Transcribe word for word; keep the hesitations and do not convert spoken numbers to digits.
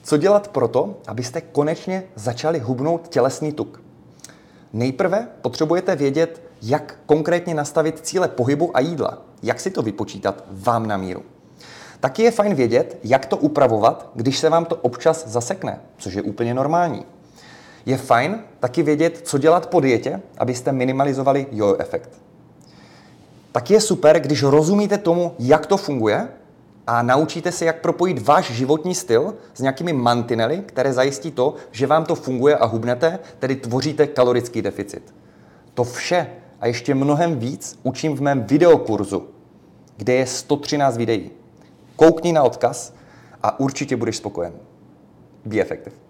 Co dělat proto, abyste konečně začali hubnout tělesný tuk? Nejprve potřebujete vědět, jak konkrétně nastavit cíle pohybu a jídla, jak si to vypočítat vám na míru. Taky je fajn vědět, jak to upravovat, když se vám to občas zasekne, což je úplně normální. Je fajn taky vědět, co dělat po dietě, abyste minimalizovali jojo efekt. Taky je super, když rozumíte tomu, jak to funguje a naučíte se, jak propojit váš životní styl s nějakými mantinely, které zajistí to, že vám to funguje a hubnete, tedy tvoříte kalorický deficit. To vše a ještě mnohem víc učím v mém videokurzu, kde je sto třináct videí. Koukni na odkaz a určitě budeš spokojen. Be effective.